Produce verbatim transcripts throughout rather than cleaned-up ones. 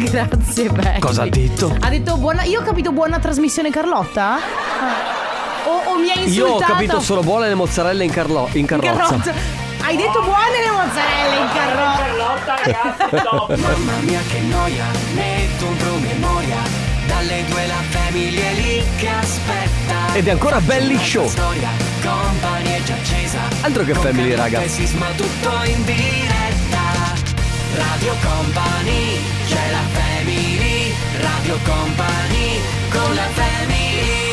Grazie, belli. Cosa ha detto? Ha detto buona. Io ho capito buona trasmissione Carlotta? Ah. O, o mi ha insultato? Io ho capito solo buone le mozzarelle in, carlo- in carrozza. In carrozza. Hai detto buone le mozzarelle in carrozza. Carlotta, mamma mia che noia, metto un promemoria. Dalle due la famiglia è lì che aspetta. Ed è ancora belli show. Storia, company è già accesa. Altro che family, raga. Sisma tutto in diretta. Radio Company, c'è la family. Radio Company, con la family.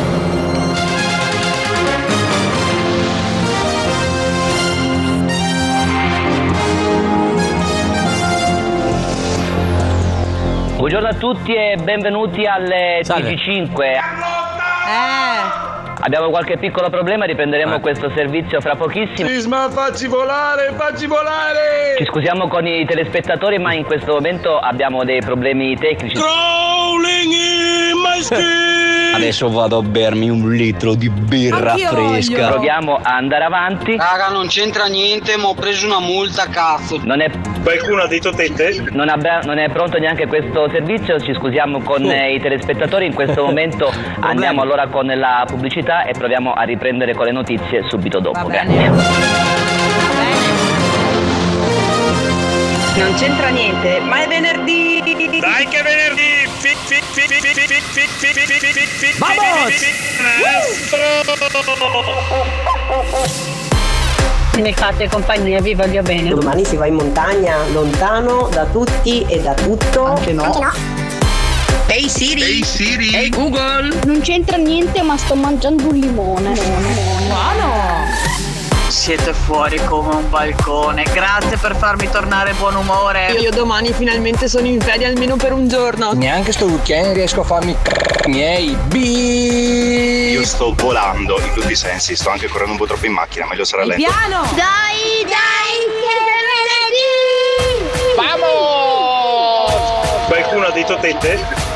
Buongiorno a tutti e benvenuti alle T G cinque. Eh. Abbiamo qualche piccolo problema, riprenderemo eh. questo servizio fra pochissimo. Sisma, facci volare, facci volare! Ci scusiamo con i telespettatori, ma in questo momento abbiamo dei problemi tecnici. Crawling in my skin! Adesso vado a bermi un litro di birra Anch'io fresca. voglio. Proviamo a andare avanti. Raga, non c'entra niente, ma ho preso una multa, cazzo. Non è, Qualcuno ha detto tette? non, abbia- non è pronto neanche questo servizio, ci scusiamo con eh, i telespettatori. In questo momento andiamo allora con la pubblicità e proviamo a riprendere con le notizie subito dopo. Va bene. Grazie. Va bene. Non c'entra niente, ma è venerdì! Dai che venerdì! Fi, fi, fi, fi, fi, fi, fi, fi, fi, fi, fi, fi, fi, Se mi fate compagnia vi voglio bene. Domani si va in montagna, lontano da tutti e da tutto. Anche no. Anche no. Ehi Siri! Ehi Siri! Ehi Google! Non c'entra niente, ma sto mangiando un limone. Buono. Siete fuori come un balcone. Grazie per farmi tornare buon umore. Io domani finalmente sono in ferie almeno per un giorno. Neanche sto weekend riesco a farmi c***o miei. Bi. Io sto volando in tutti i sensi, sto anche correndo un po' troppo in macchina, meglio sarà lento. Piano. Dai, dai, che venerdì! Vamos! Qualcuno ha detto tette?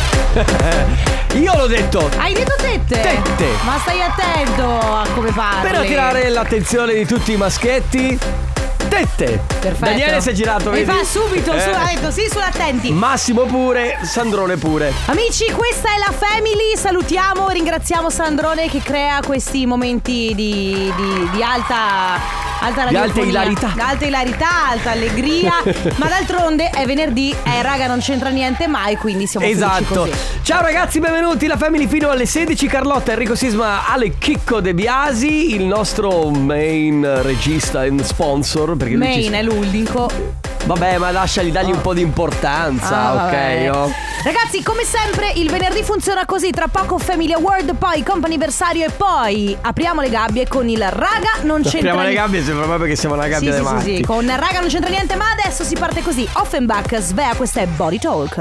Io l'ho detto. Hai detto tette? Tette. Ma stai attento a come parli. Per attirare l'attenzione di tutti i maschetti. Tette. Perfetto. Daniele si è girato, Mi vedi? fa subito, Eh. su, ha detto sì, sull'attenti. Massimo pure, Sandrone pure. Amici, questa è la Family. Salutiamo e ringraziamo Sandrone che crea questi momenti di, di, di alta alta Di alta radiofonia. ilarità. Alta ilarità, alta allegria. Ma d'altronde è venerdì, eh raga, non c'entra niente mai, quindi siamo Esatto. felici così. Ciao ragazzi, benvenuti la Family fino alle sedici. Carlotta, Enrico Sisma, Ale Chicco De Biasi, il nostro main regista e sponsor. Perché lui Main ci... è l'unico. Vabbè, ma lasciali, dagli un po' di importanza, Ah, ok? vabbè. Oh. Ragazzi, come sempre il venerdì funziona così. Tra poco Family Award, poi comp'anniversario e poi apriamo le gabbie con il raga non c'entra Apriamo le niente. gabbie, sembra proprio che siamo una gabbia Sì, dei sì, matti. sì, sì, con raga non c'entra niente, ma adesso si parte così. Offenbach, Svea, questa è Body Talk.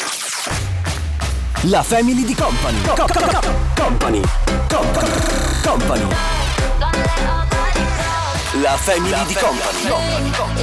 La family di Company. Co- co- co- company. Co- co- company. La family di Company.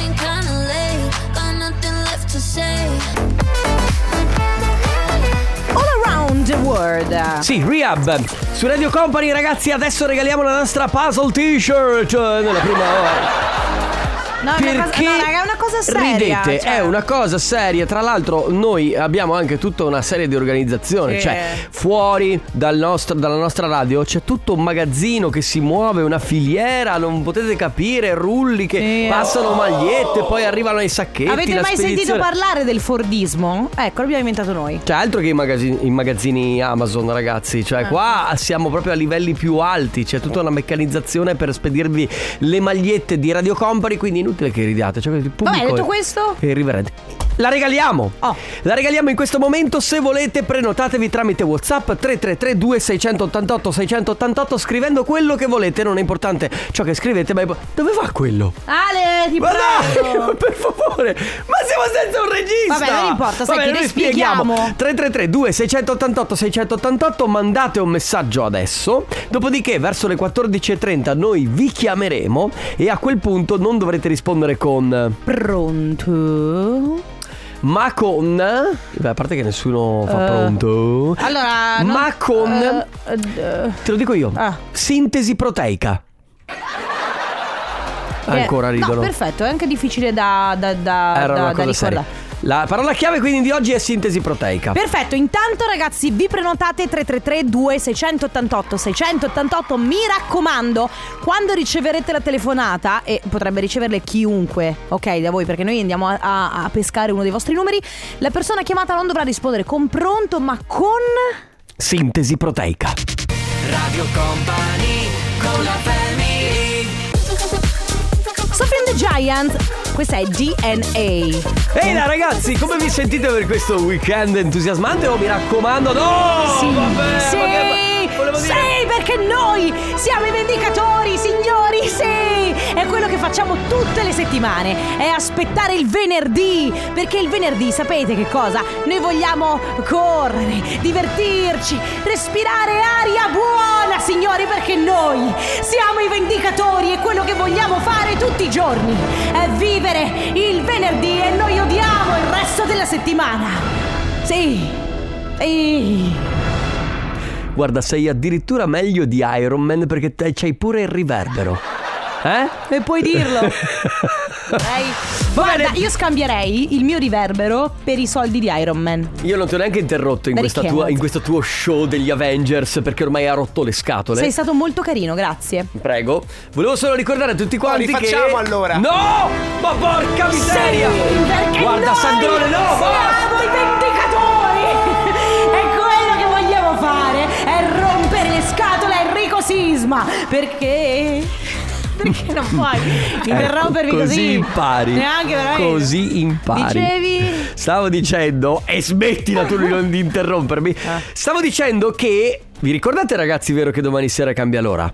All around the world. Sì, Rehab. Su Radio Company, ragazzi, adesso regaliamo la nostra puzzle t-shirt nella prima ora. No, è una cosa, no, raga, è una cosa seria. Ridete, cioè. è una cosa seria. Tra l'altro noi abbiamo anche tutta una serie di organizzazione. Sì. Cioè, fuori dal nostro, dalla nostra radio c'è tutto un magazzino che si muove, una filiera. Non potete capire, rulli che Sì. passano magliette, poi arrivano i sacchetti. Avete la mai sentito spedizione. parlare del Fordismo? Ecco, l'abbiamo inventato noi. Cioè, altro che i magazzini, i magazzini Amazon, ragazzi. Cioè, Ah. qua siamo proprio a livelli più alti. C'è tutta una meccanizzazione per spedirvi le magliette di Radio Company. Quindi inutile che ridiate. Cioè, il pubblico Vabbè, detto è- questo? è irriverente. La regaliamo. Oh. La regaliamo in questo momento. Se volete, prenotatevi tramite WhatsApp tre tre tre due sei otto otto sei otto otto, scrivendo quello che volete. Non è importante ciò che scrivete, ma è... dove va quello? Ale, ti Ma prego. dai, per favore, ma siamo senza un regista. Vabbè, non importa, sai Vabbè, che noi ne spieghiamo. tre tre tre due sei otto otto sei otto otto, mandate un messaggio adesso. Dopodiché verso le quattordici e trenta noi vi chiameremo e a quel punto non dovrete rispondere con Pronto? ma con... Beh, a parte che nessuno fa Uh, pronto. Allora, ma non- con uh, uh, te lo dico io. Ah. Sintesi proteica. Ancora ridono. No, perfetto, è anche difficile da, da, da, Era da, una da cosa seria. ricordare. La parola chiave quindi di oggi è sintesi proteica. Perfetto, intanto ragazzi vi prenotate tre tre tre due sei otto otto sei otto otto. Mi raccomando, quando riceverete la telefonata, e potrebbe riceverle chiunque, ok, da voi, perché noi andiamo a, a, a pescare uno dei vostri numeri, la persona chiamata non dovrà rispondere con pronto, ma con sintesi proteica. Radio Company con la family. Sophie and the Giant, questa è D N A. Ehi là ragazzi, come vi sentite per questo weekend entusiasmante? Oh, mi raccomando, no! Sì, Vabbè, sì, ma che- volevo dire- sì, perché noi siamo i vendicatori, signori, sì! È quello che facciamo tutte le settimane, è aspettare il venerdì, perché il venerdì, sapete che cosa? Noi vogliamo correre, divertirci, respirare aria buona, signori, perché noi siamo i vendicatori e quello che vogliamo fare tutti i giorni è vivere il venerdì e noi odiamo il resto della settimana. Sì, sì. Guarda, sei addirittura meglio di Iron Man perché te c'hai pure il riverbero. Eh? E puoi dirlo. Dai. Guarda, io scambierei il mio riverbero per i soldi di Iron Man. Io non ti ho neanche interrotto in, questa tua, in questo tuo show degli Avengers perché ormai ha rotto le scatole. Sei stato molto carino, grazie. Prego. Volevo solo ricordare a tutti quanti no, rifacciamo che... allora. No! Ma porca miseria! Sì, perché guarda noi Sandrone, no! siamo i vendicatori! E quello che vogliamo fare è rompere le scatole a Enrico Sisma. Perché... Perché non puoi interrompermi ecco, così? Così impari. Neanche veramente. Così impari. Dicevi? Stavo dicendo, e smettila tu di non di interrompermi. Ah. Stavo dicendo che vi ricordate ragazzi, vero che domani sera cambia l'ora?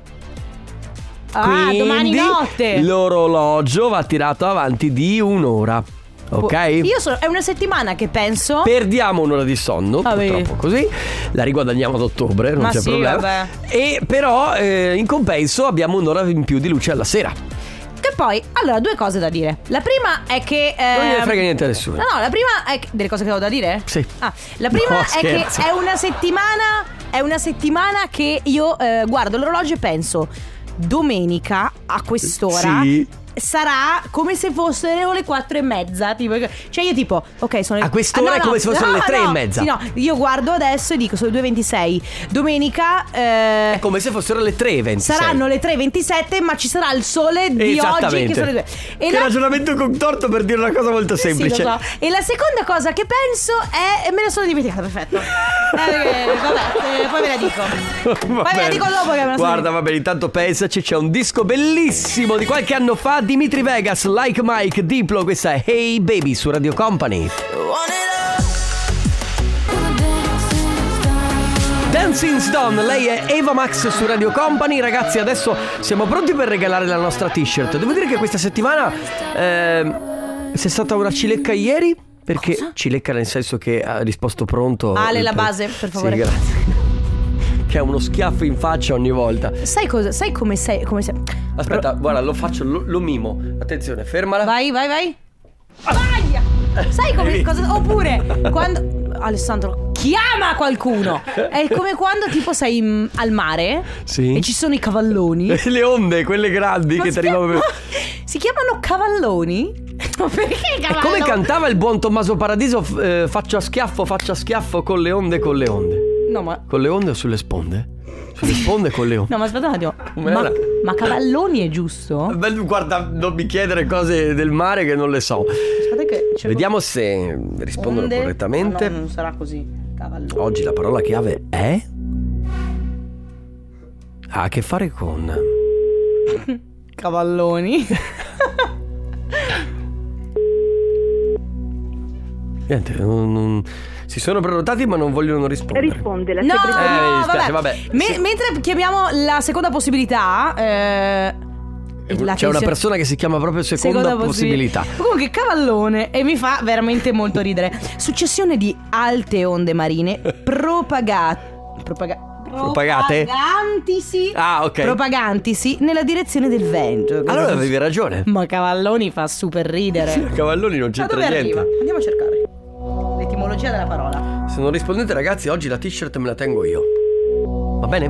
Ah, Quindi, domani notte. l'orologio va tirato avanti di un'ora. Ok? Io sono, è una settimana che penso. Perdiamo un'ora di sonno, Vabbè. purtroppo così. La riguadagniamo ad ottobre, non Ma c'è sì, problema. vabbè. E però eh, in compenso abbiamo un'ora in più di luce alla sera. Che poi, allora, due cose da dire. La prima è che eh, Non gliene frega niente a nessuno. No, no, la prima è che, delle cose che ho da dire? Sì. Ah, la prima No, è che scherzo. è una settimana È una settimana che io eh, guardo l'orologio e penso: domenica a quest'ora Sì. sarà come se fossero le quattro e mezza, tipo, cioè io tipo, ok, sono le... A quest'ora ah, no, è come se fossero no, le tre no, e mezza. Sì, no, io guardo adesso e dico sono le due e ventisei. Domenica eh, È come se fossero le tre e ventisei. saranno le tre e ventisette, ma ci sarà il sole di oggi che sono le due. E che la... ragionamento contorto per dire una cosa molto semplice. Sì, lo so. E la seconda cosa che penso è... me la sono dimenticata, perfetto. Eh, vabbè, eh, poi ve la dico. Va Poi ve la bene. dico dopo che me la sono Guarda, va bene, intanto pensaci, c'è un disco bellissimo di qualche anno fa, Dimitri Vegas, Like Mike, Diplo, questa è Hey Baby su Radio Company. Dancing Stone, lei è Eva Max su Radio Company. Ragazzi, adesso siamo pronti per regalare la nostra t-shirt. Devo dire che questa settimana eh, sei stata una cilecca ieri. Perché Cosa? cilecca nel senso che ha risposto pronto. Ale, la per- base, per favore. Sì, grazie. Che è uno schiaffo in faccia ogni volta. Sai cosa? Sai come sei? Come sei? Aspetta, guarda, lo faccio, lo, lo mimo. Attenzione, fermala. Vai, vai, vai. Vai! Sai come cosa? Oppure quando Alessandro chiama qualcuno. È come quando tipo sei in- al mare. Sì. E ci sono i cavalloni. Le onde, quelle grandi Ma che si ti arrivano. chiama- Si chiamano cavalloni? Ma perché È cavallo? come cantava il buon Tommaso Paradiso, f- eh, faccia schiaffo, faccia schiaffo con le onde, con le onde. No, ma Con le onde o sulle sponde? Sulle sponde con le onde. No, ma aspetta un attimo. Come Ma, era? ma cavalloni è giusto? Beh, guarda, non mi chiedere cose del mare che non le so. Aspetta che cerco- Vediamo se rispondono Onde? correttamente. No, non sarà così. Cavalloni. Oggi la parola chiave è... ha a che fare con... Cavalloni. Niente, non, non- si sono prenotati ma non vogliono rispondere. Risponde la No, segretaria. Eh, mi no, dispiace, vabbè. vabbè. Me- Sì. Mentre chiamiamo la seconda possibilità, eh, la C'è una tensione- persona che si chiama proprio seconda, possibilità. Comunque cavallone, e mi fa veramente molto ridere. Successione di alte onde marine propagate propaga- Propagate? propagantisi Ah, ok. propagantisi nella direzione del vento. Allora avevi ragione. Ma cavalloni fa super ridere. Cavalloni non Da c'entra dove niente. arriva? Andiamo a cercare l'etimologia della parola. Se non rispondete ragazzi, oggi la t-shirt me la tengo io. Va bene?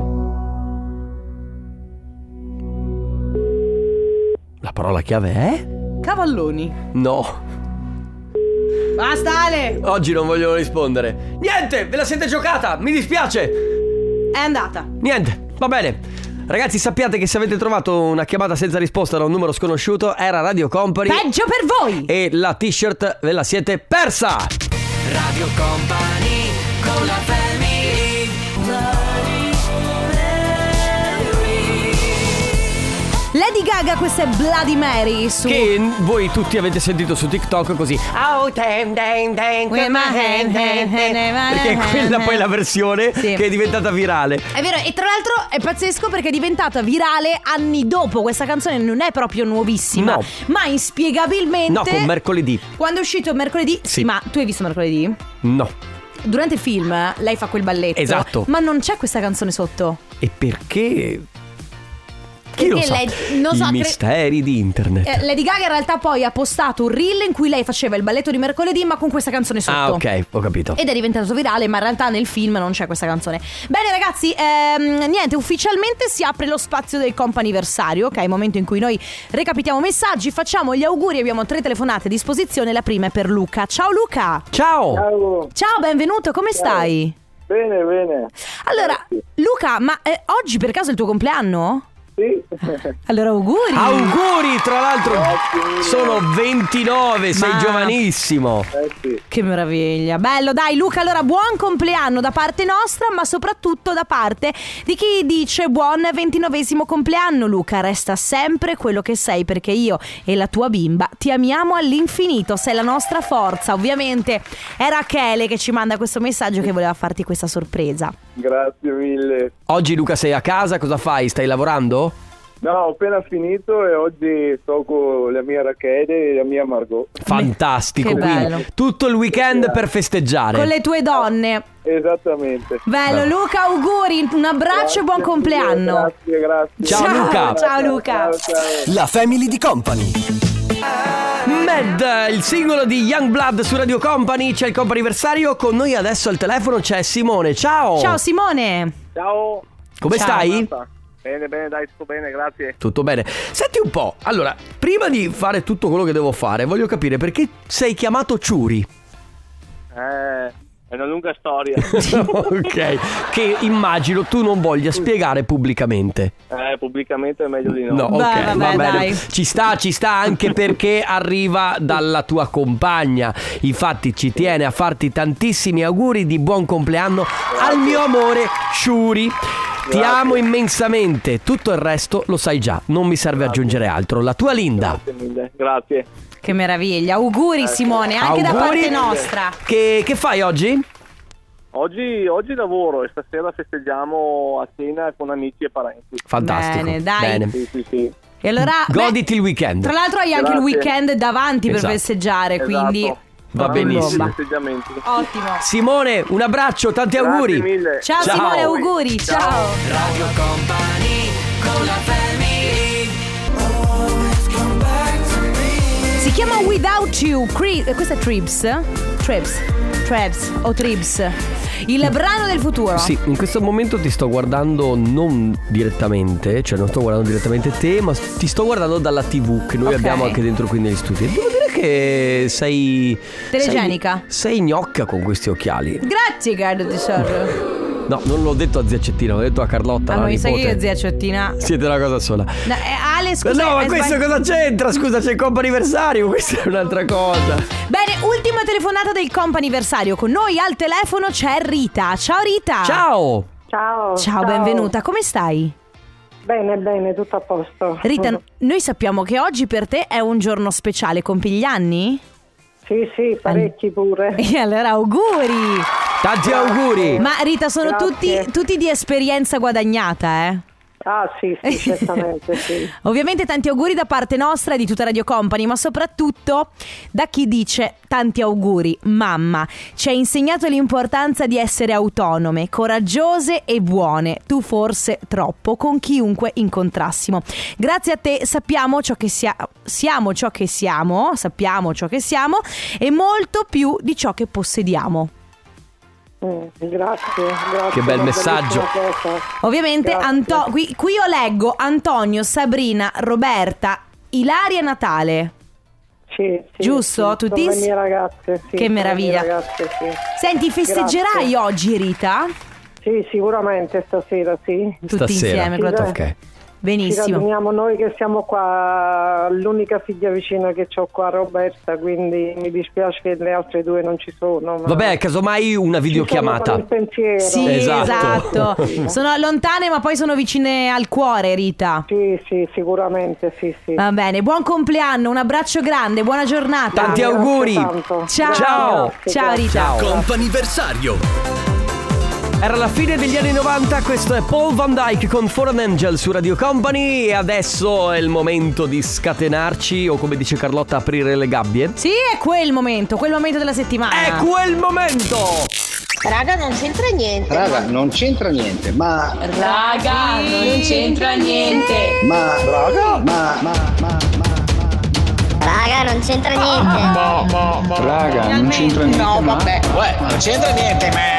La parola chiave è? Cavalloni. No. Basta Ale. Oggi non vogliono rispondere. Niente, ve la siete giocata, mi dispiace. È andata. Niente, va bene. Ragazzi, sappiate che se avete trovato una chiamata senza risposta da un numero sconosciuto, era Radio Company. Peggio per voi. E la t-shirt ve la siete persa. Radio Company con la family. Lady Gaga, questa è Bloody Mary su... Che voi tutti avete sentito su TikTok così. Oh, damn, damn, damn, With my hand, hand, hand, hand, perché è quella poi la versione sì. che è diventata virale. È vero, e tra l'altro è pazzesco perché è diventata virale anni dopo. Questa canzone non è proprio nuovissima, no. ma inspiegabilmente... No, con mercoledì. Quando è uscito mercoledì... Sì. Ma tu hai visto mercoledì? No. Durante il film lei fa quel balletto. Esatto. Ma non c'è questa canzone sotto. E perché... Chi Perché lo sa? lei, non so, I cre- misteri di internet. eh, Lady Gaga in realtà poi ha postato un reel in cui lei faceva il balletto di mercoledì ma con questa canzone sotto. Ah, ok, ho capito. Ed è diventato virale, ma in realtà nel film non c'è questa canzone. Bene ragazzi, ehm, niente, ufficialmente si apre lo spazio del comp'anniversario, ok? Momento in cui noi recapitiamo messaggi, facciamo gli auguri, abbiamo tre telefonate a disposizione. La prima è per Luca. Ciao Luca. Ciao. Ciao. Ciao, benvenuto, come Ciao. stai? Bene, bene. Allora, Luca, ma eh, oggi per caso è il tuo compleanno? Sì. Allora auguri. Auguri, tra l'altro. Grazie. Sono ventinove, sei Ma- giovanissimo. Eh sì. Che meraviglia. Bello, dai Luca, allora buon compleanno da parte nostra, ma soprattutto da parte di chi dice buon ventinovesimo compleanno. Luca, resta sempre quello che sei, perché io e la tua bimba ti amiamo all'infinito, sei la nostra forza. Ovviamente è Rachele che ci manda questo messaggio, che voleva farti questa sorpresa. Grazie mille. Oggi Luca sei a casa, cosa fai? Stai lavorando? No, ho appena finito e oggi sto con la mia Rachele e la mia Margot. Fantastico, Che quindi bello. tutto il weekend per festeggiare. Con le tue donne. Esattamente. Bello Luca, auguri, un abbraccio e buon Grazie compleanno. mille, Grazie, grazie. Ciao, Luca. Ciao Luca. Ciao, ciao. La family di Company. Mad, il singolo di Youngblood su Radio Company. C'è il comp'anniversario. Con noi adesso al telefono c'è Simone. Ciao. Ciao Simone. Ciao. Come Ciao. stai? Bene, bene, dai, sto bene, grazie. Tutto bene. Senti un po', allora, prima di fare tutto quello che devo fare, voglio capire perché sei chiamato Ciuri. Eh, è una lunga storia. Ok, che immagino tu non voglia spiegare pubblicamente. Eh, pubblicamente è meglio di no. No, ok, Beh, vabbè, va bene. dai. Ci sta, ci sta anche perché arriva dalla tua compagna. Infatti ci tiene a farti tantissimi auguri di buon compleanno al mio amore Ciuri. Ti Grazie. amo immensamente. Tutto il resto lo sai già, non mi serve aggiungere altro. La tua Linda. Grazie mille, grazie. Che meraviglia, auguri Simone, anche da Auguri. parte nostra. Che, che fai oggi? Oggi, oggi lavoro e stasera festeggiamo a cena con amici e parenti. Fantastico. Bene, dai. Bene. Sì, sì, sì. E allora, Goditi il weekend. tra l'altro hai anche il Grazie. weekend davanti per Esatto. festeggiare, quindi Esatto. Va Saranno benissimo. dei festeggiamenti. ottimo. Simone, un abbraccio, tanti Grazie auguri. mille. Ciao, Ciao. Simone, auguri. Ciao. Radio Company con la family. Si chiama Without You. Cri- eh, questa è Tribs. Tribs. Tribs o Tribs. Il brano del futuro. Sì, in questo momento ti sto guardando non direttamente, cioè non sto guardando direttamente te, ma ti sto guardando dalla tivù che noi Ok. abbiamo anche dentro qui negli studi. E devo dire che sei Telegenica. Sei, sei gnocca con questi occhiali. Grazie, caro tesoro. No, non l'ho detto a zia Cettina, l'ho detto a Carlotta, Ah, la ma mi sa che nipote. io e zia Ciottina. Siete una cosa sola. No, eh, Ale, scusa. no, ma hai questo sbagli- cosa c'entra? Scusa, c'è il comp'anniversario, questa è un'altra cosa. Bene, ultima telefonata del comp'anniversario. Con noi al telefono c'è Rita. Ciao Rita. Ciao. Ciao. Ciao, benvenuta. Come stai? Bene, bene, tutto a posto. Rita, noi sappiamo che oggi per te è un giorno speciale. Compi gli anni? Sì, sì, parecchi pure. E allora auguri. Tanti auguri. Ma Rita, sono Grazie. tutti, tutti di esperienza guadagnata, eh? Ah, sì, sì, certamente, sì. Ovviamente tanti auguri da parte nostra e di tutta Radio Company, ma soprattutto da chi dice tanti auguri. Mamma, ci ha insegnato l'importanza di essere autonome, coraggiose e buone. Tu forse troppo, con chiunque incontrassimo. Grazie a te sappiamo ciò che sia- siamo ciò che siamo, sappiamo ciò che siamo e molto più di ciò che possediamo. Mm, grazie, grazie. Che bel una messaggio. bellissima cosa. Ovviamente Grazie. Anto- qui, qui io leggo Antonio, Sabrina, Roberta, Ilaria, Natale. Sì, sì, giusto? sì, Tutti sono ins- le mie ragazze, sì, Che sono meraviglia. le mie ragazze, sì. Senti, festeggerai Grazie. oggi, Rita? Sì, sicuramente stasera, sì. Tutti Stasera. insieme, Sì, proprio. dai. Ok. Ci Benissimo. raduniamo noi che siamo qua, l'unica figlia vicina che ho qua, Roberta, quindi mi dispiace che le altre due non ci sono. Ma Vabbè, casomai una videochiamata. il pensiero. Sì, Esatto. esatto. Sono lontane ma poi sono vicine al cuore, Rita. Sì, sì, sicuramente, sì, sì. Va bene, buon compleanno, un abbraccio grande, buona giornata. Tanti Grazie auguri. tanto. Ciao. Ciao. Ciao, Rita. Ciao. Comp'anniversario. Era la fine degli anni novanta, questo è Paul Van Dyke con Foreign Angel su Radio Company e adesso è il momento di scatenarci o come dice Carlotta aprire le gabbie. Sì, è quel momento, quel momento della settimana. È quel momento! Raga, non c'entra niente. Raga, non c'entra niente, ma... Raga, non c'entra niente. Ma... Raga? Ma... ma... ma... Raga, non c'entra niente. Ma... ma... ma... Raga, non c'entra niente. No, vabbè. Uè, non c'entra niente, ma...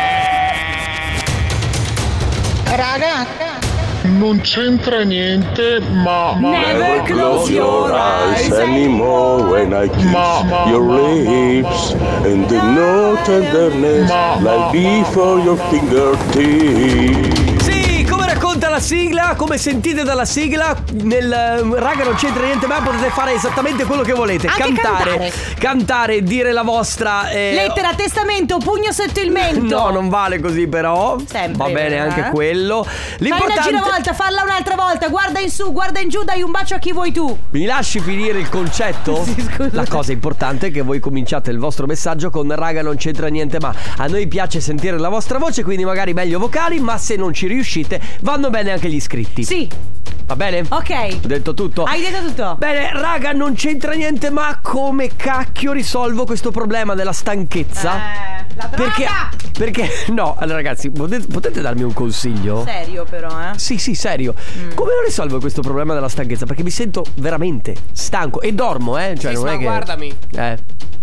Raga, non c'entra niente, ma... ma Never close your eyes anymore when I kiss Ma- ma- your ma- lips and the no tenderness Ma- like before your fingertips. Sì, come racconta la sigla, come sentite dalla sigla, nel eh, raga non c'entra niente ma potete fare esattamente quello che volete. Anche cantare, cantare. cantare, dire la vostra eh, Lettera, testamento, pugno sotto il mento. No, non vale così però. Sempre, Va bene eh? anche quello. Fai una L'importante giravolta, falla un'altra volta. Guarda in su, guarda in giù, dai un bacio a chi vuoi tu. Mi lasci finire il concetto? Sì, scusa. La cosa importante è che voi cominciate il vostro messaggio con raga non c'entra niente ma. A noi piace sentire la vostra voce, quindi magari meglio vocali, ma se non ci riuscite vanno bene anche gli iscritti. Sì. Va bene? Ok. Ho detto tutto? Hai detto tutto. Bene, raga, non c'entra niente, ma come cacchio risolvo questo problema della stanchezza? Eh, la droga. Perché? Perché? No, allora ragazzi, potete, potete darmi un consiglio? Serio però, eh. Sì, sì, serio. Mm. Come lo risolvo questo problema della stanchezza? Perché mi sento veramente stanco e dormo, eh? Cioè, Sì, non ma è che. guardami. Eh.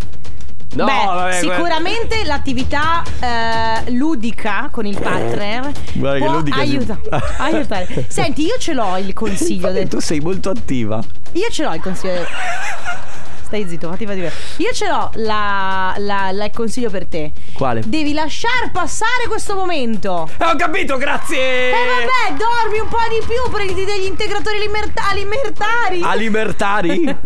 No, Beh, vabbè, sicuramente guarda. l'attività eh, ludica con il partner Guarda che può ludica si- aiuta, aiutare. Senti, io ce l'ho il consiglio del... Tu sei molto attiva. Io ce l'ho il consiglio del... Stai zitto, fatti vedere. Io ce l'ho la, la, la- il consiglio per te. Quale? Devi lasciar passare questo momento. Eh, ho capito, grazie. E vabbè, dormi un po' di più, prendi degli integratori alimerta- alimentari. Alimentari?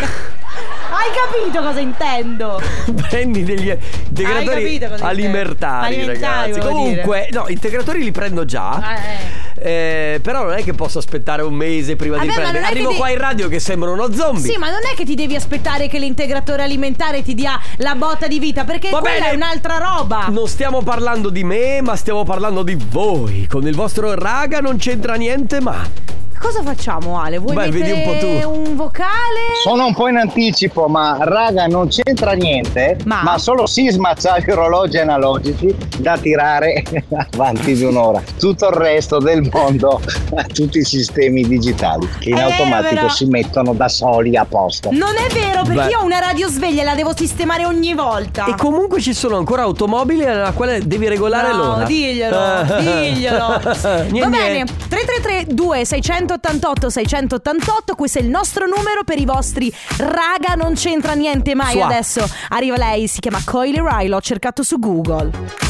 Hai capito cosa intendo? Prendi degli Hai integratori capito cosa alimentari, intendo? Alimentari, ragazzi. volevo Comunque, no, integratori li prendo già. Eh. Eh, però non è che posso aspettare un mese prima Vabbè, di ma prendere. non è che Arrivo ti- qua in radio che sembro uno zombie. Sì, ma non è che ti devi aspettare che l'integratore alimentare ti dia la botta di vita, perché Va quella bene. è un'altra roba. Non stiamo parlando di me, ma stiamo parlando di voi. Con il vostro raga non c'entra niente, ma. Cosa facciamo, Ale? Vuoi Beh, vedi mettere un po' tu. un vocale? Sono un po' in anticipo, ma raga non c'entra niente, Ma? ma, solo Sisma c'ha gli orologi analogici da tirare avanti di un'ora. Tutto il resto del mondo ha tutti i sistemi digitali che in È vero, automatico però. si mettono da soli a posto. Non è vero, perché Beh. io ho una radiosveglia e la devo sistemare ogni volta. E comunque ci sono ancora automobili alla quale devi regolare No, l'ora. diglielo, diglielo. Niente, Va bene, tre tre tre due sei otto otto sei otto otto, questo è il nostro numero per i vostri raga non c'entra niente mai. Sua. Adesso arriva lei, si chiama Coily Ray, l'ho cercato su Google.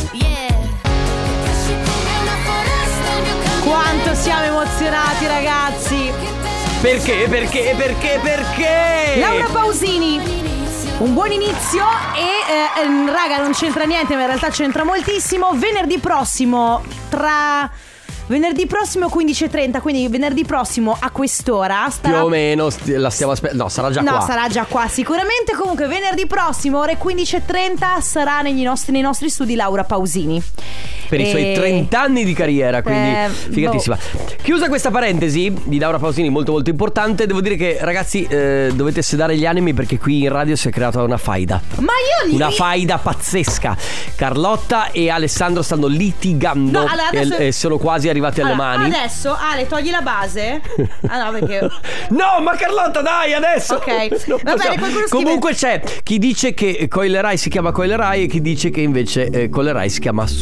Quanto siamo emozionati, ragazzi. Perché? Perché? Perché? Perché? Laura Pausini, un buon inizio e eh, ehm, raga non c'entra niente, ma in realtà c'entra moltissimo. Venerdì prossimo tra venerdì prossimo quindici e trenta, quindi venerdì prossimo a quest'ora starà... Più o meno sti- la stiamo aspettando. No, sarà già no, qua. sarà già qua sicuramente. Comunque venerdì prossimo ore quindici e trenta sarà negli nostri, nei nostri studi Laura Pausini Per i suoi E- trenta anni di carriera, quindi Eh, figatissima. Chiusa questa parentesi di Laura Pausini molto molto importante, devo dire che ragazzi eh, dovete sedare gli animi perché qui in radio si è creata una faida. Ma io li... Una faida pazzesca. Carlotta e Alessandro stanno litigando. No, allora adesso- e, e sono quasi arrivati alle Allora, mani. adesso Ale togli la base. Ah no, perché No, ma Carlotta, dai, adesso. Ok. Non Va bene, possiamo. qualcuno scrive- Comunque c'è chi dice che Coilerai si chiama Coilerai e chi dice che invece eh, Coilerai si chiama Sualerai.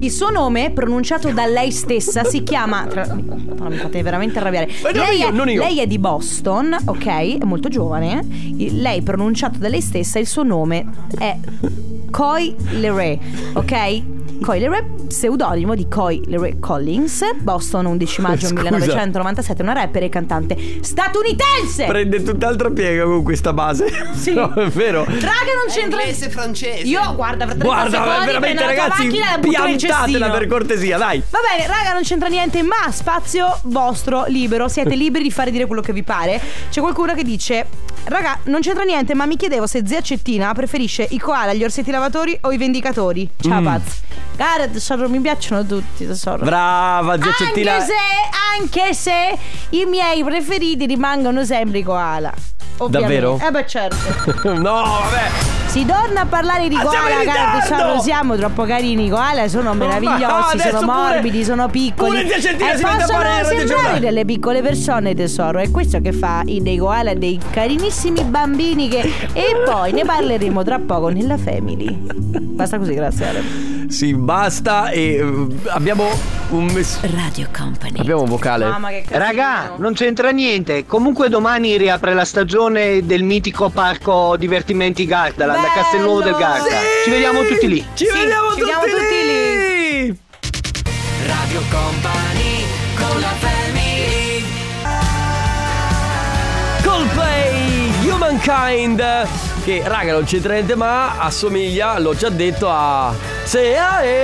Il suo nome, pronunciato da lei stessa, si chiama tra... no, mi fate veramente arrabbiare. Lei è, lei è di Boston, ok? È molto giovane. Lei, pronunciato da lei stessa, il suo nome è Coi Leray, ok? Coi Leray, pseudonimo di Coi Leray Collins, Boston, undici maggio Scusa. millenovecentonovantasette, una rapper e cantante statunitense. Prende tutt'altra piega con questa base. Sì. No, è vero. Raga, non c'entra. Inglese e francese. Io, guarda, fra trenta Guarda, secondi veramente, prendo la tua ragazzi, macchina e la butto nel piantatela cestino. per cortesia, dai. Va bene, raga, non c'entra niente, ma spazio vostro libero. Siete liberi di fare dire quello che vi pare. C'è qualcuno che dice: raga, non c'entra niente, ma mi chiedevo se zia Cettina preferisce i koala, gli orsetti lavatori o i vendicatori. Ciao, Mm. Paz. Guarda, tesoro, mi piacciono tutti, tesoro. Brava, zia Cettina. Anche se, anche se i miei preferiti rimangono sempre i koala. Ovviamente. Davvero? Eh beh, certo. No, vabbè. Si torna a parlare di Ah, siamo koala, in cara, ritardo! tesoro, siamo troppo carini. I koala sono meravigliosi, adesso sono pure- morbidi, sono piccoli pure zia Cettina e si mette a fare il possono radiogiornale. sembrare delle piccole persone, tesoro. È questo che fa i dei koala dei carinissimi bambini che... E poi ne parleremo tra poco nella Family. Basta così, grazie Ale. Sì, basta. E uh, abbiamo un mess- Radio Company. Abbiamo un vocale. Mamma che casino. Raga, non c'entra niente. Comunque domani riapre la stagione del mitico parco divertimenti Gardaland a Castelnuovo del Garda. Sì! Ci vediamo tutti lì. Ci Sì, vediamo ci tutti, vediamo tutti lì. Radio Company con la Family. Coldplay, Humankind. Che raga non c'entra niente, ma assomiglia, l'ho già detto, a Say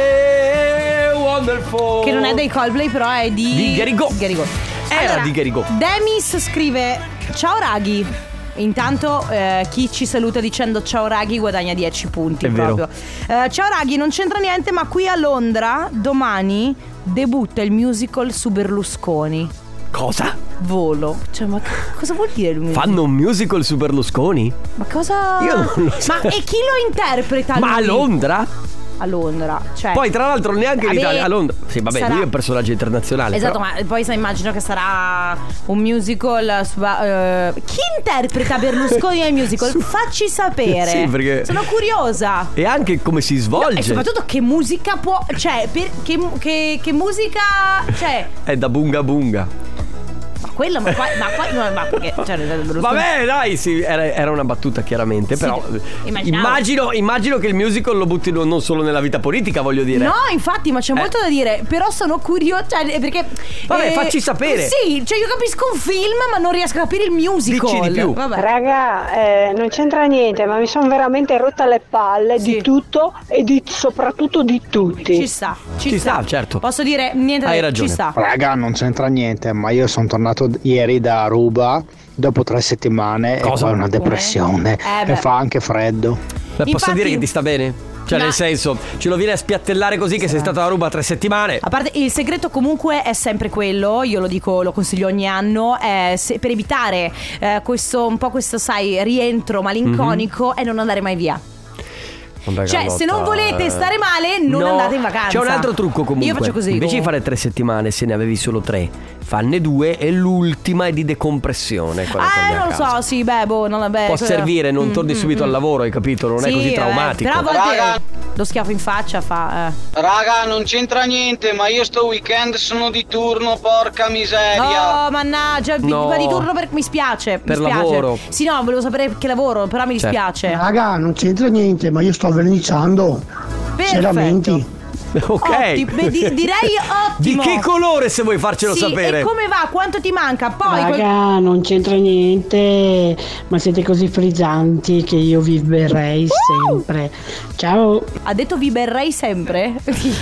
I Wonderful. Che non è dei Coldplay, però è di Di Gary Go. Gary Go. Era Allora, di Gary Go. Demis scrive: ciao raghi. Intanto eh, chi ci saluta dicendo ciao raghi guadagna dieci punti. È vero. proprio. Eh, ciao raghi, non c'entra niente, ma qui a Londra domani debutta il musical su Berlusconi. Cosa? Volo. Cioè, ma che- cosa vuol dire il musical? Fanno un musical su Berlusconi? Ma cosa? Io non lo so. Ma e chi lo interpreta? Ma a lui? Londra? A Londra. Cioè, Poi tra l'altro neanche in vabbè, Italia, a Londra. Sì, vabbè, sarà- lui è un personaggio internazionale. Esatto, però. ma poi sai, immagino che sarà un musical su, eh, chi interpreta Berlusconi nel musical? Facci sapere. Sì, perché- sono curiosa. E anche come si No, svolge. e soprattutto che musica può. Cioè, per, che, che, che musica. Cioè, È da bunga bunga. ma quello, ma qua, ma qua no, ma perché, cioè, Berlusconi- Vabbè, dai, sì, era, era una battuta chiaramente, Sì, però immaginavo. immagino, immagino che il musical lo buttino non solo nella vita politica, voglio dire. No, infatti, ma c'è Eh. molto da dire. Però sono curiosa, cioè, perché Vabbè, facci sapere. Sì, cioè io capisco un film, ma non riesco a capire il musical. Dici di più. Vabbè. Raga, eh, non c'entra niente, ma mi sono veramente rotta le palle Sì. di tutto e di, soprattutto di tutti. Ci sta, ci, Ci sta, certo. Posso dire niente da Hai dire, ragione. ci sta. Raga, non c'entra niente, ma io sono tornato d- ieri da Aruba dopo tre settimane Cosa? e poi una depressione Eh, beh. e fa anche freddo. Beh, posso Infatti- dire che ti sta bene? Cioè, No. nel senso, ce lo viene a spiattellare così che sei stato a Ruba tre settimane. A parte, il segreto comunque è sempre quello, io lo dico, lo consiglio ogni anno, è se- per evitare eh, questo, un po' questo, sai, rientro malinconico, Mhm. è non andare mai via. Vabbè, Cioè, se non Carlotta, volete eh. stare male, non No, andate in vacanza. C'è un altro trucco comunque. Io faccio così. Invece di comunque. fare tre settimane, se ne avevi solo tre, fanne due e l'ultima è di decompressione. quando torni Ah, a non lo casa. so, sì, beh, boh, non vabbè. Può quella- servire, non Mm, torni mm, subito mm. al lavoro, hai capito? Non è Sì, così eh, traumatico. però a volte Raga. lo schiaffo in faccia fa. Eh. Raga, non c'entra niente, ma io sto weekend sono di turno, porca miseria. Oh, mannaggia, No. ma di turno per... mi spiace. Per mi spiace. lavoro. Sì, no, volevo sapere che lavoro, però mi Certo. dispiace. Raga, non c'entra niente, ma io sto verniciando. Perfetto. Lamenti? Ok. Ottimo, beh, di- direi Di ottimo. che colore, se vuoi farcelo Sì, sapere? e come va? Quanto ti manca? Poi quel- Raga, non c'entra niente, ma siete così frizzanti che io vi berrei sempre. Ciao. ha detto vi berrei sempre.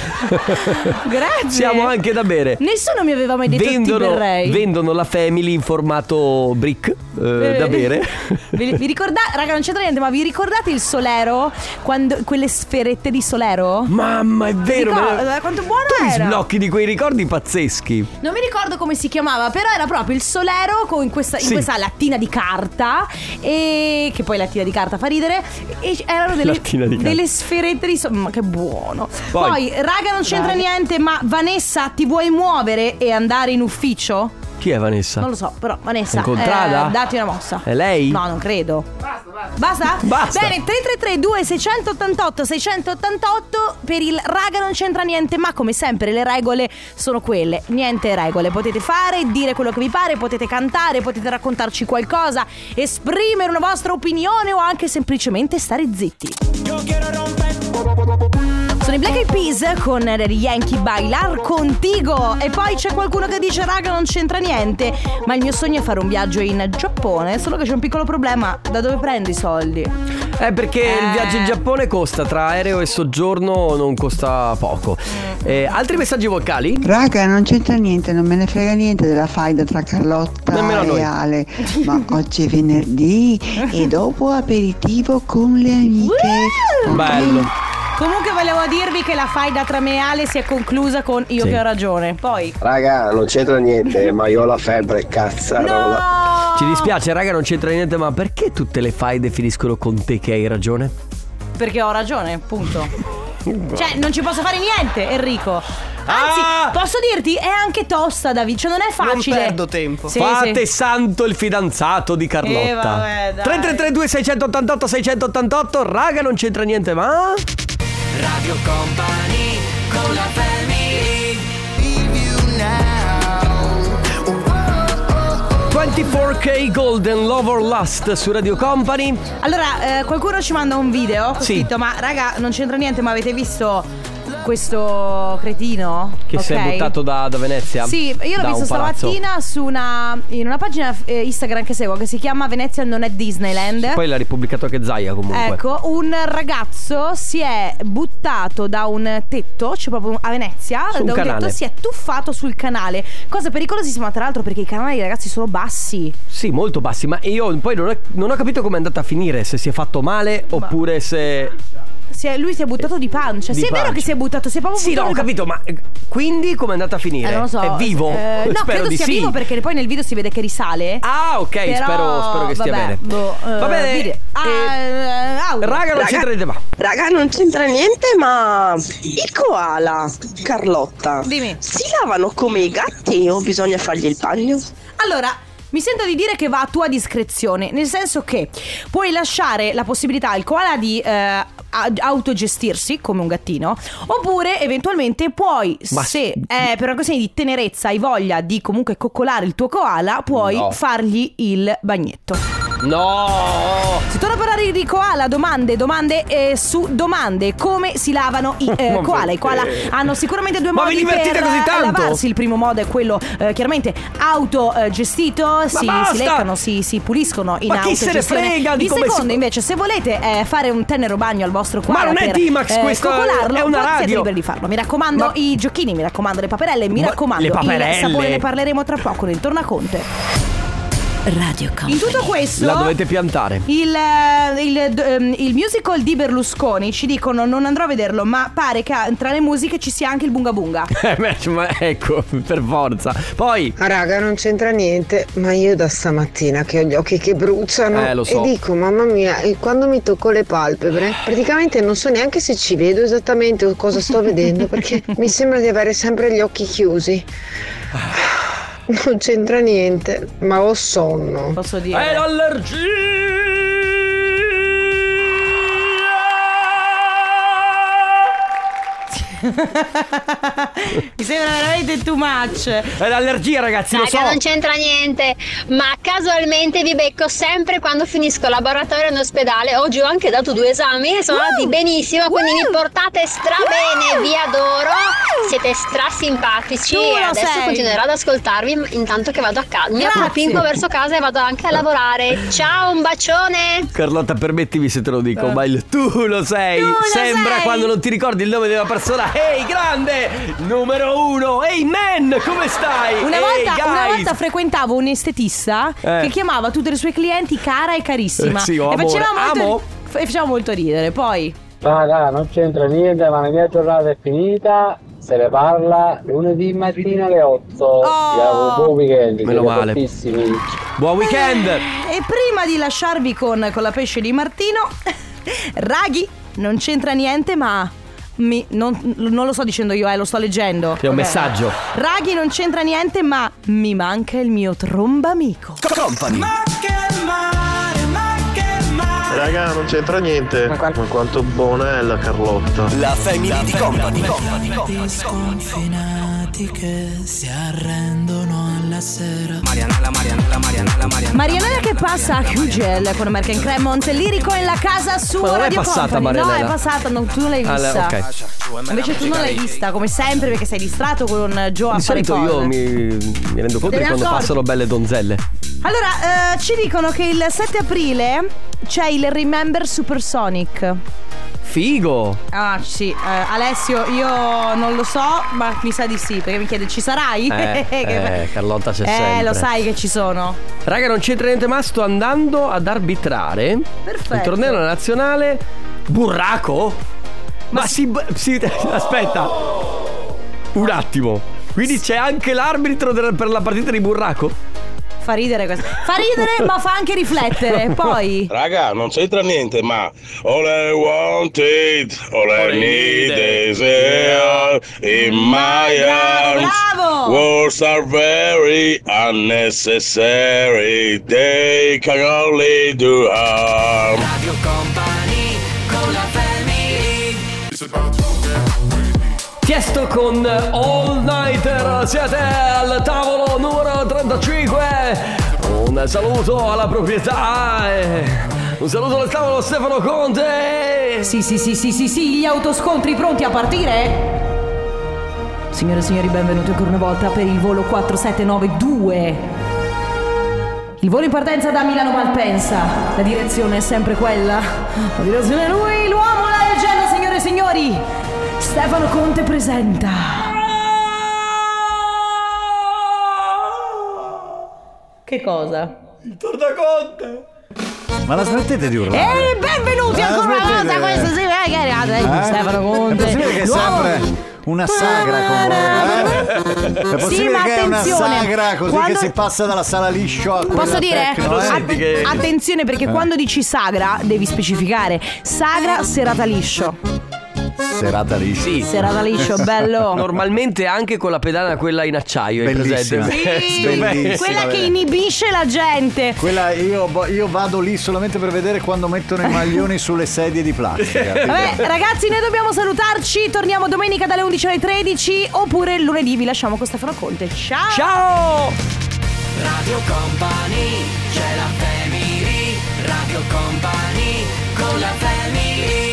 Grazie. Siamo anche da bere. Nessuno mi aveva mai detto ti Vendono, berrei. vendono la Family in formato brick eh, da bere. Vi, vi ricordate, raga, non c'entra niente, ma vi ricordate il Solero? Quando, quelle sferette di Solero? Mamma, è vero. Ricordo, me ne- quanto buono Tu mi era. sblocchi di quei ricordi pazzeschi. Non mi ricordo come si chiamava, però era proprio il Solero con in questa, in Sì. questa lattina di carta. E che poi lattina di carta fa ridere. E erano delle, Lattina di carta. delle sferette di so- ma che buono. Poi- Poi, raga, non c'entra niente, ma Vanessa, ti vuoi muovere e andare in ufficio? Chi è Vanessa? Non lo so, però Vanessa, Incontrata? eh, dati una mossa. È lei? No, non credo. Basta, basta. Basta? Basta. Bene, tre tre tre due sei otto sei otto otto per il raga non c'entra niente, ma come sempre le regole sono quelle. Niente regole, potete fare, dire quello che vi pare, potete cantare, potete raccontarci qualcosa, esprimere una vostra opinione o anche semplicemente stare zitti. Sono i Black Eyed Peas con Yankee Bailar Contigo. E poi c'è qualcuno che dice raga non c'entra niente, ma il mio sogno è fare un viaggio in Giappone. Solo che c'è un piccolo problema: da dove prendo i soldi? Eh perché eh. il viaggio in Giappone costa, tra aereo e soggiorno non costa poco. eh, Altri messaggi vocali? Raga non c'entra niente, non me ne frega niente della faida tra Carlotta Nemmeno e Ale. Ma oggi è venerdì e dopo aperitivo con le amiche. Bello. Comunque volevo dirvi che la faida tra me e Ale si è conclusa con io Sì. che ho ragione. Poi Raga, non c'entra niente, ma io ho la febbre, cazzarola. no! Ci dispiace raga, non c'entra niente, ma perché tutte le faide finiscono con te che hai ragione? Perché ho ragione, punto. Cioè non ci posso fare niente, Enrico. Anzi, Ah! posso dirti, è anche tosta, David, cioè non è facile. Non perdo tempo. Sì, Fate sì. santo il fidanzato di Carlotta. Eh, vabbè, dai. tre tre tre due sei otto otto sei otto otto. Raga non c'entra niente, ma Radio Company con la family. ventiquattro K Golden Love or Lust su Radio Company. Allora, eh, qualcuno ci manda un video con Sì. scritto: ma raga, non c'entra niente, ma avete visto questo cretino? Che si è Ok. buttato da, da Venezia. Sì, io l'ho Da visto un palazzo. stamattina su una in una pagina eh, Instagram che seguo, che si chiama Venezia non è Disneyland. Poi l'ha ripubblicato anche Zaia comunque. Ecco, un ragazzo si è buttato da un tetto, cioè proprio a Venezia, Su un da un canale. tetto si è tuffato sul canale. Cosa pericolosissima tra l'altro, perché i canali, ragazzi, sono bassi. Sì, molto bassi, ma io poi non ho, non ho capito come è andata a finire, se si è fatto male oppure se... Si è- lui si è buttato di pancia. Di Sì, è vero pancia. che si è buttato, si è proprio Sì, no, buttato ho di capito, ma eh, quindi come è andata a finire? Eh, non lo so. È vivo? Eh, no, Spero credo di sia sì. vivo perché poi nel video si vede che risale. Ah, ok, Però, spero, spero che stia vabbè, bene. boh, eh, Va bene. vide- Ah, eh, audio. Raga, non Raga- c'entra niente, ma Raga, non c'entra niente, ma il koala, Carlotta, Dimmi. si lavano come i gatti o bisogna fargli il bagno? Allora, mi sento di dire che va a tua discrezione, nel senso che puoi lasciare la possibilità al koala di eh, a- autogestirsi come un gattino, oppure eventualmente puoi, Ma- se eh, per una questione di tenerezza hai voglia di comunque coccolare il tuo koala, puoi No. fargli il bagnetto. no! Si torna a parlare di koala, domande, domande eh, su domande. Come si lavano i eh, Ma koala? I koala perché? hanno sicuramente due Ma modi vi divertite per così eh, tanto? lavarsi. Il primo modo è quello eh, chiaramente autogestito, si, basta! si leccano, si, si puliscono in Ma chi se ne autogestione. frega di Il come si- secondo invece, se volete eh, fare un tenero bagno al vostro koala, Ma non è per, D-Max questo, coccolarlo, è una voi siete radio. liberi di farlo. Mi raccomando, Ma- i giochini, mi raccomando le paperelle, mi Ma- raccomando le il paperelle? sapone, ne parleremo tra poco nel Tornaconte. Radio Company. In tutto questo La dovete piantare. Il, eh, il, ehm, il musical di Berlusconi, ci dicono, non andrò a vederlo, ma pare che tra le musiche ci sia anche il bunga bunga. Eh, beh, ma ecco, per forza. Poi Ah, raga, non c'entra niente, ma io da stamattina che ho gli occhi che bruciano Eh, lo so. e dico, mamma mia, e quando mi tocco le palpebre, praticamente non so neanche se ci vedo esattamente o cosa sto vedendo, perché mi sembra di avere sempre gli occhi chiusi. Non c'entra niente, ma ho sonno. Posso dire? è l'allergia. Mi sembra veramente too much. È l'allergia, ragazzi, lo Raga, so. non c'entra niente, ma casualmente vi becco sempre quando finisco il laboratorio in ospedale. Oggi ho anche dato due esami e sono Uh, andati benissimo, quindi uh, mi portate stra bene, vi adoro, siete stra simpatici Tu e lo adesso sei. continuerò ad ascoltarvi intanto che vado a casa. Mi Grazie. appropinco verso casa e vado anche a lavorare. Ciao, un bacione! Carlotta, permettimi se te lo dico, ma il tu lo sei. Tu lo Sembra sei. quando non ti ricordi il nome della persona. Ehi, grande, numero uno. Ehi, man, come stai? Una Ehi, volta, una guys. volta frequentavo un estetista Eh. che chiamava tutte le sue clienti cara e carissima. Eh, sì, o e amore. faceva molto, Amo. e faceva molto ridere. Poi Raga, non c'entra niente, ma la mia giornata è finita. Se ne parla lunedì mattina alle otto. Oh. Vi auguro buon weekend. Meno siete male. fortissimi. Buon weekend. e prima di lasciarvi con, con la pesce di Martino, raghi, non c'entra niente, ma mi, non, non lo sto dicendo io, eh, lo sto leggendo. È un Ok. messaggio. Raghi, non c'entra niente, ma Mi manca il mio trombamico. Company. Raga, non c'entra niente. Ma quanto buona è la Carlotta. La family di Company. Sconfinati che si arrendono alla sera. Marianella, Marianella, Marianella, Marianella. Marianella che passa a Hugel con American Cremont, lirico in la casa su Ma non Radio è passata, Company. Marianella? No, è passata, no, tu non l'hai vista. Ah, ok. Invece tu non l'hai vista, come sempre, perché sei distratto con Joe a Di fare solito cose. io mi, mi rendo conto Te di ne quando accorgi? passano belle donzelle. Allora, eh, ci dicono che il sette aprile c'è il Remember Supersonic. Figo. Ah sì, eh, Alessio, io non lo so, ma mi sa di sì, perché mi chiede ci sarai? Eh, eh, Carlotta c'è eh, sempre. lo sai che ci sono. Raga, non c'entra niente, ma sto andando ad arbitrare Perfetto. il torneo nazionale Burraco. Ma, si, si aspetta un attimo. Quindi c'è anche l'arbitro del- per la partita di Burraco? Fa ridere questo. Fa ridere ma fa anche riflettere. Poi Raga, non c'entra niente, ma all I wanted, all I need is air in my arms. Bravo! Words are very unnecessary, they can only do harm. Radio Company con la family. Tiesto con All Nighter, siete al tavolo numero trentacinque. Un saluto alla proprietà e un saluto al tavolo Stefano Conte. Sì, sì, sì, sì, sì, sì, gli autoscontri pronti a partire? Signore e signori, benvenuti ancora una volta per il volo quattro sette nove due. Il volo in partenza da Milano Malpensa. La direzione è sempre quella. La direzione è lui, l'uomo, la leggenda, signore e signori. Stefano Conte presenta. Che cosa? Il Tornaconte. Ma la smettete di urlare? E benvenuti Ma la ancora una volta smettete? a questa serata. Eh? Stefano Conte. È possibile che è l'uomo- sempre una sagra con voi? Eh? È possibile ma che è una attenzione, sagra così quando- che si passa dalla sala liscio a quella Posso dire? tecno, eh? Att- attenzione perché Eh. quando dici sagra devi specificare. Sagra serata liscio. Serata liscio. Sì. Serata liscio, bello. Normalmente anche con la pedana quella in acciaio. Hai Bellissima. presente? Sì, Bellissima, quella che vero. inibisce la gente. Quella io, io vado lì solamente per vedere quando mettono i maglioni sulle sedie di plastica. Vabbè, ragazzi, noi dobbiamo salutarci. Torniamo domenica dalle undici alle tredici. Oppure lunedì vi lasciamo con Stefano Conte. Ciao. Ciao. Radio Company, c'è la family. Radio Company con la family.